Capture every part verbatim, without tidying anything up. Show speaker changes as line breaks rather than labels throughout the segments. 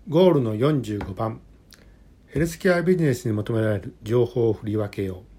ゴールのよんじゅうごばん、ヘルスケアビジネスに求められる情報を振り分けよう。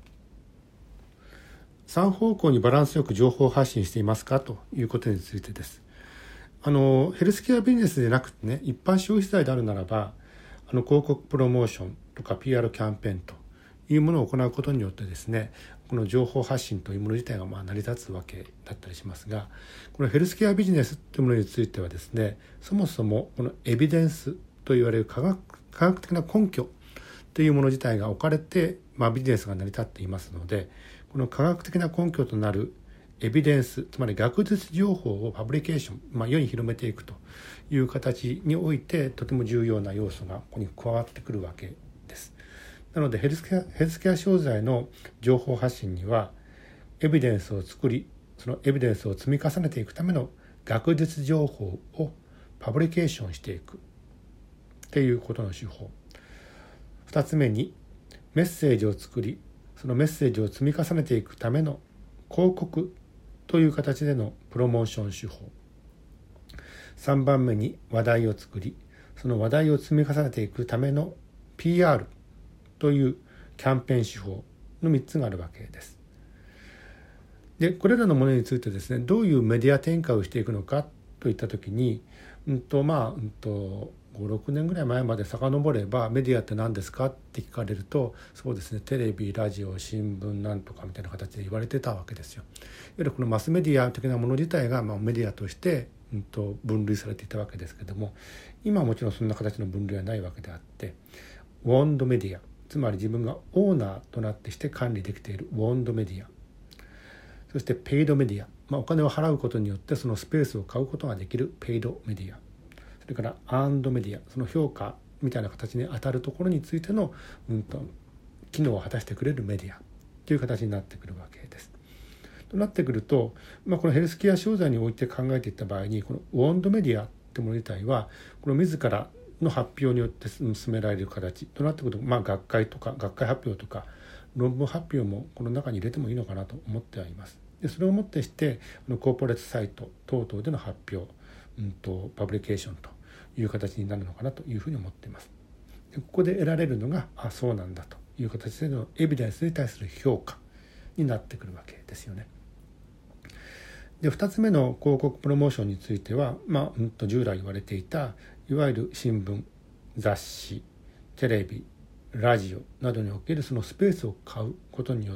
さん方向にバランスよく情報発信していますかということについてです。あのヘルスケアビジネスでなくてね、一般消費財であるならば、あの広告プロモーションとか ピーアール キャンペーンというものを行うことによってですね、この情報発信というもの自体がまあ成り立つわけだったりしますが、このヘルスケアビジネスというものについてはですね、そもそもこのエビデンスといわれる科学、科学的な根拠というもの自体が置かれて、まあ、ビジネスが成り立っていますので、この科学的な根拠となるエビデンス、つまり学術情報をパブリケーション、まあ、世に広めていくという形において、とても重要な要素がここに加わってくるわけです。なのでヘルスケア、ヘルスケア商材の情報発信には、エビデンスを作り、そのエビデンスを積み重ねていくための学術情報をパブリケーションしていくっていうことの手法。二つ目に、メッセージを作り、そのメッセージを積み重ねていくための広告という形でのプロモーション手法。さんばんめに話題を作り、その話題を積み重ねていくための ピーアール というキャンペーン手法のみっつがあるわけです。で、これらのものについてですね、どういうメディア展開をしていくのかといったときに、うんとまあ、うんとご、ろくねんぐらい前まで遡れば、メディアって何ですかって聞かれると、そうですね、テレビ、ラジオ、新聞なんとかみたいな形で言われてたわけですよ。いわゆるこのマスメディア的なもの自体が、まあ、メディアとして、うん、と分類されていたわけですけども、今はもちろんそんな形の分類はないわけであって、ウォンドメディア、つまり自分がオーナーとなってして管理できているウォンドメディア、そしてペイドメディア、まあ、お金を払うことによってそのスペースを買うことができるペイドメディア、それからアーンドメディア、その評価みたいな形に当たるところについての、うん、と機能を果たしてくれるメディアという形になってくるわけです。となってくると、まあ、このヘルスケア商材において考えていった場合に、このウォンドメディアというもの自体は、この自らの発表によって進められる形となってくると、まあ、学会とか学会発表とか論文発表もこの中に入れてもいいのかなと思ってはいます。でそれをもってしてコーポレートサイト等々での発表、うんと、パブリケーションという形になるのかなというふうに思っています。でここで得られるのが、あ、そうなんだという形でのエビデンスに対する評価になってくるわけですよね。でふたつめの広告プロモーションについては、まあ、うんと従来言われていたいわゆる新聞、雑誌、テレビ、ラジオなどにおけるそのスペースを買うことによって、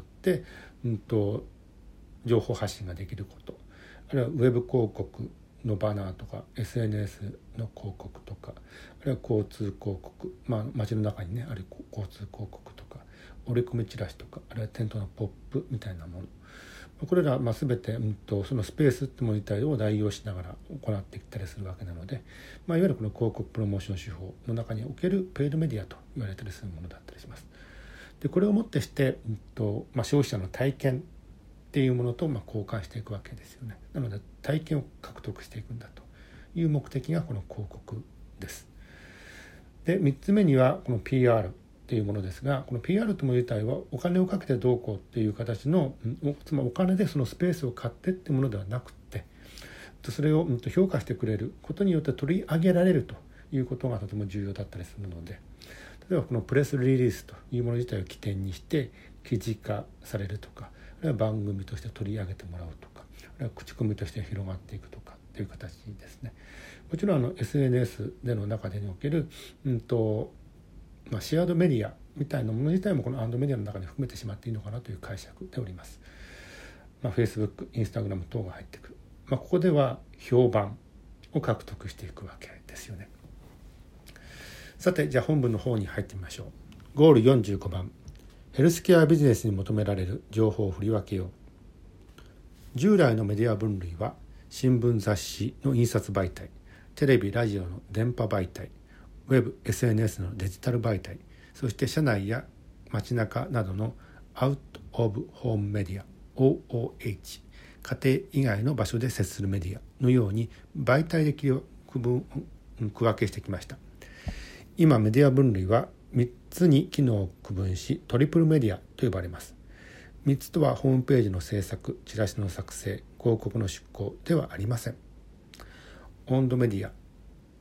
うんと情報発信ができること、あるいはウェブ広告のバナーとか エスエヌエス の広告とか、あるいは交通広告、まあ、街の中にねある交通広告とか、折り込みチラシとか、あるいは店頭のポップみたいなもの、これらまあ全て、うん、とそのスペースってもの自体を代用しながら行っていったりするわけなので、まあ、いわゆるこの広告プロモーション手法の中におけるペイドメディアと言われたりするものだったりします。でこれをもってして、うんとまあ、消費者の体験っていうものとまあ交換していくわけですよね。なので体験を獲得していくんだという目的がこの広告です。でみっつめにはこの ピーアール っていうものですが、この ピーアール というもの自体はお金をかけてどうこうっていう形の、つまりお金でそのスペースを買ってっていうものではなくて、それを評価してくれることによって取り上げられるということがとても重要だったりするので、例えばこのプレスリリースというもの自体を起点にして記事化されるとか、あるいは番組として取り上げてもらうとか、あるいは口コミとして広がっていくとかという形ですね。もちろんあの エスエヌエス での中でにおける、うんとまあ、シェアードメディアみたいなもの自体もこのアンドメディアの中に含めてしまっていいのかなという解釈でおります。まあ、Facebook、Instagram 等が入ってくる。まあ、ここでは評判を獲得していくわけですよね。さて、じゃあ本文の方に入ってみましょう。ゴールよんじゅうごばん、ヘルスケアビジネスに求められる情報を振り分けよう。従来のメディア分類は、新聞雑誌の印刷媒体、テレビラジオの電波媒体、ウェブ エスエヌエス のデジタル媒体、そして社内や街中などのアウトオブホームメディア オーオーエイチ、 家庭以外の場所で接するメディアのように媒体で区分区分けしてきました。今メディア分類はみっつに機能を区分し、トリプルメディアと呼ばれます。みっつとはホームページの制作、チラシの作成、広告の出稿ではありません。オンドメディア、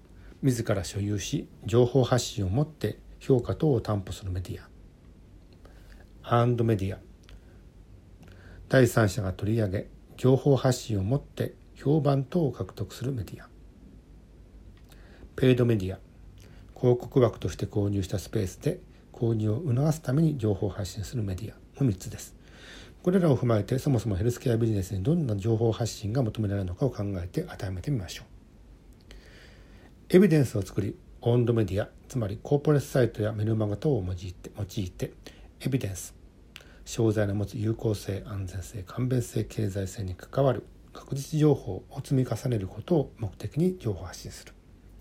自ら所有し情報発信をもって評価等を担保するメディア。アンドメディア、第三者が取り上げ情報発信をもって評判等を獲得するメディア。ペイドメディア、広告枠として購入したスペースで購入を促すために情報発信するメディアのみっつです。これらを踏まえて、そもそもヘルスケアビジネスにどんな情報発信が求められるのかを考えて当てはめてみましょう。エビデンスを作り、オンドメディア、つまりコーポレートサイトやメルマガ等を用いて、用いてエビデンス、商材の持つ有効性、安全性、簡便性、経済性に関わる確実情報を積み重ねることを目的に情報発信する。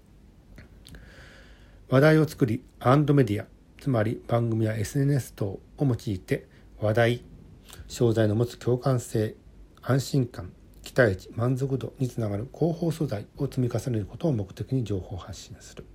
話題を作り、アンドメディア、つまり番組や エスエヌエス 等を用いて話題、商材の持つ共感性、安心感、期待値、満足度につながる広報素材を積み重ねることを目的に情報発信する。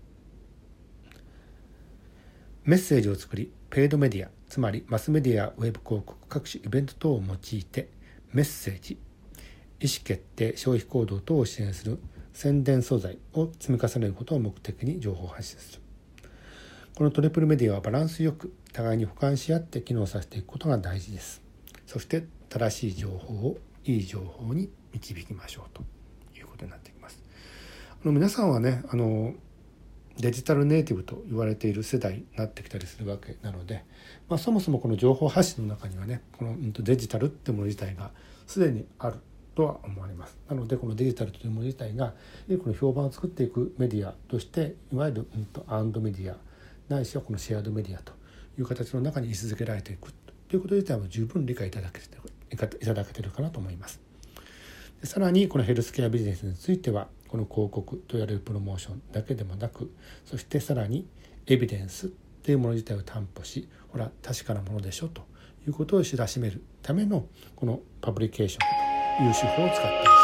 メッセージを作り、ペイドメディア、つまりマスメディア、ウェブ広告、各種イベント等を用いてメッセージ、意思決定、消費行動等を支援する宣伝素材を積み重ねることを目的に情報発信する。このトリプルメディアはバランスよく互いに補完し合って機能させていくことが大事です。そして正しい情報をいい情報に導きましょうということになってきます。あの皆さんはね、あのデジタルネイティブと言われている世代になってきたりするわけなので、まあ、そもそもこの情報発信の中にはね、このデジタルってもの自体がすでにあるとは思われます。なのでこのデジタルというもの自体がこの評判を作っていくメディアとして、いわゆるアンドメディアないしはこのシェアードメディアという形の中に位置づけられていくということ自体も十分理解いただけていただけているかなと思います。でさらにこのヘルスケアビジネスについては、この広告と言われるプロモーションだけでもなく、そしてさらにエビデンスというもの自体を担保し、ほら確かなものでしょということを知らしめるためのこのパブリケーションという手法を使っています。